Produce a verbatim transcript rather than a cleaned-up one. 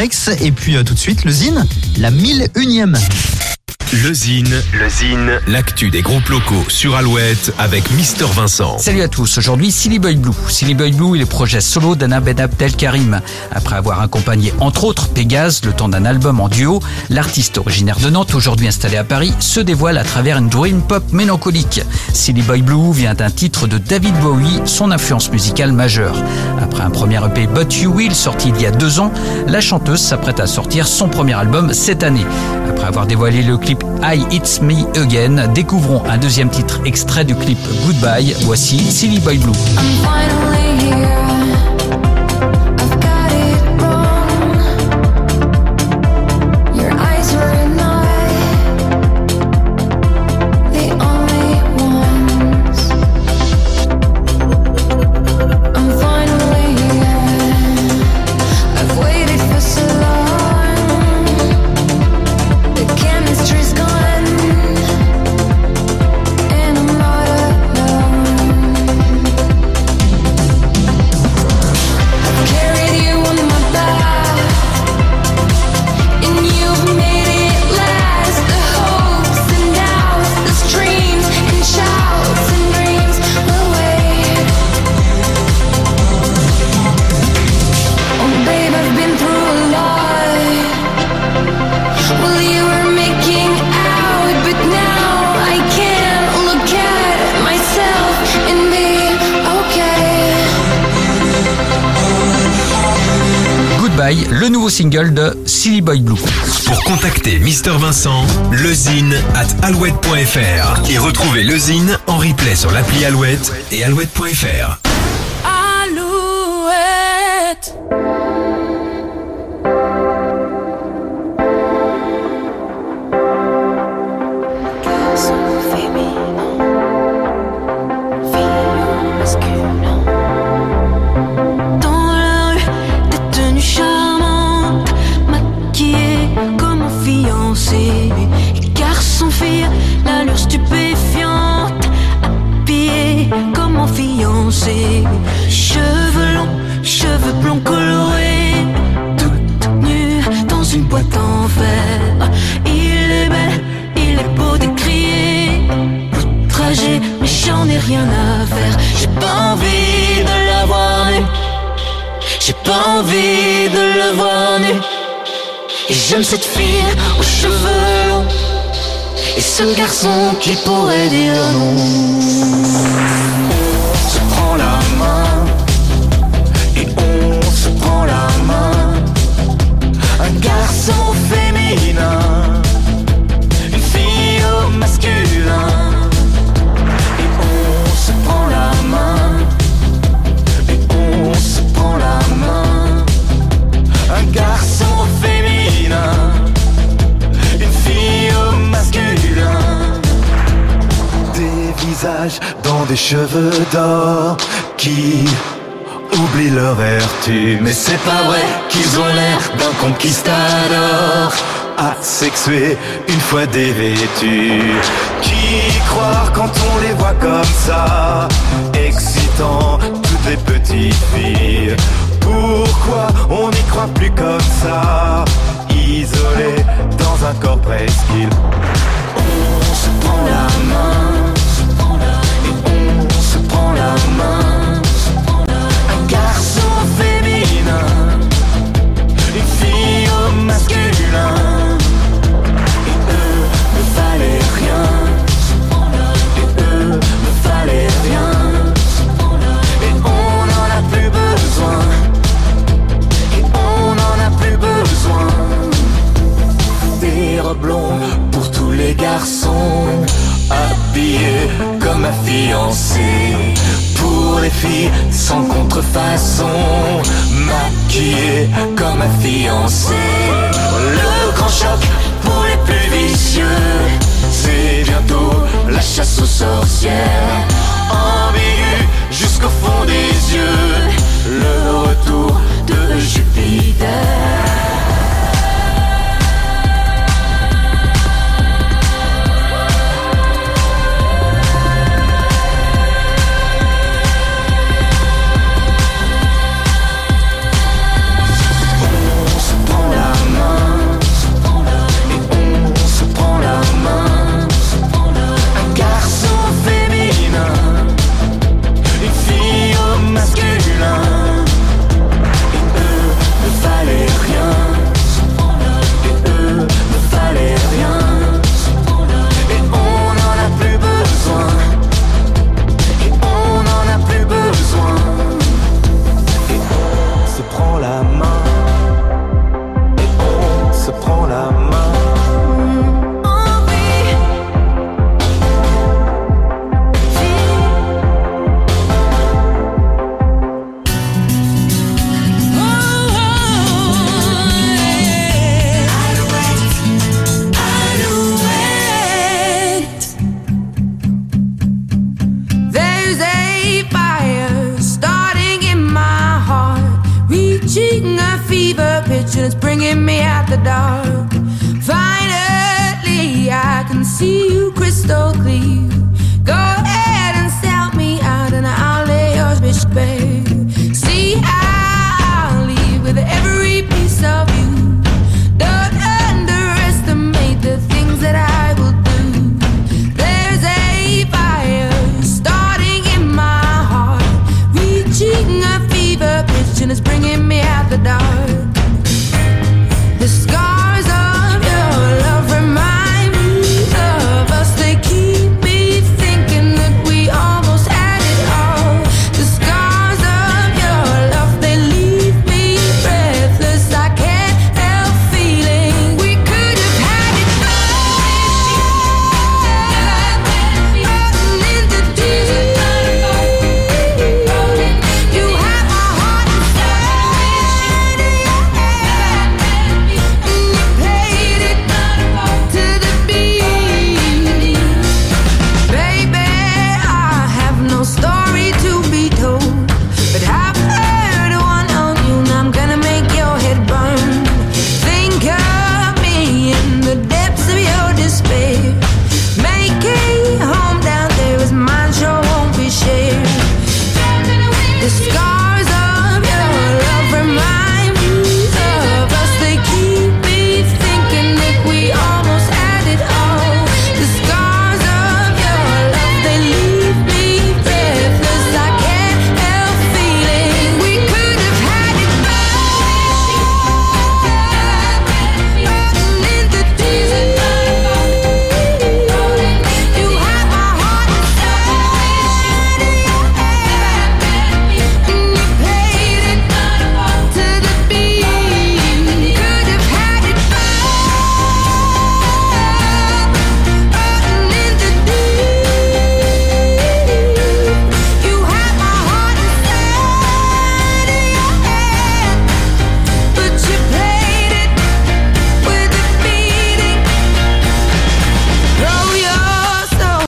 Hendrix. Et puis euh, tout de suite, le Zine, la mille unième. Le Zine, le Zine, l'actu des groupes locaux sur Alouette avec Mister Vincent. Salut à tous, aujourd'hui Silly Boy Blue. Silly Boy Blue est le projet solo d'Anna Ben Abdelkarim. Après avoir accompagné entre autres Pégase le temps d'un album en duo, l'artiste originaire de Nantes, aujourd'hui installé à Paris, se dévoile à travers une dream pop mélancolique. Silly Boy Blue vient d'un titre de David Bowie, son influence musicale majeure. Après un premier E P But You Will sorti il y a deux ans, la chanteuse s'apprête à sortir son premier album cette année. Après avoir dévoilé le clip I It's Me Again, découvrons un deuxième titre extrait du clip Goodbye. Voici Silly Boy Blue. Goodbye, le nouveau single de Silly Boy Blue. Pour contacter Mister Vincent, lezine at alouette point fr et retrouver le Zine en replay sur l'appli Alouette et alouette point fr. Alouette. Garçon, fille, l'allure stupéfiante, habillé comme en fiancé, cheveux longs, cheveux blonds colorés, toute nue dans une boîte en verre. Il est belle, il est beau d'écrier, outragé, mais j'en ai rien à faire. J'ai pas envie de la voir nue, j'ai pas envie de le voir nu. Et j'aime cette fille aux cheveux longs et ce garçon qui pourrait dire non. On se prend la main et on se prend la main. Un garçon féminin, une fille au masculin. Et on se prend la main et on se prend la main. Un garçon féminin, une fille au masculin. Des visages dans des cheveux d'or qui oublient leur vertu. Mais c'est pas vrai qu'ils ont l'air d'un conquistador asexué une fois dévêtus. Qui croire quand on les voit comme ça, excitant toutes les petites filles. Pourquoi on n'y croit plus comme ça, isolé dans un corps presqu'île. On se prend la main et on se prend la main. Un garçon féminin, une fille au masculin. Et eux ne valaient rien, et eux ne valaient rien. Et on n'en a plus besoin, et on n'en a plus besoin. Des robes blondes pour tous les garçons, habillés comme un fiancé. Pour les filles sans contrefaçon, maquillées comme un fiancé. Le grand choc pour les plus vicieux, c'est bientôt la chasse aux sorcières. Ambigu jusqu'au fond des yeux, le retour de Jupiter. On se prend la meet me at the dark. Finally, I can see you crystal clear.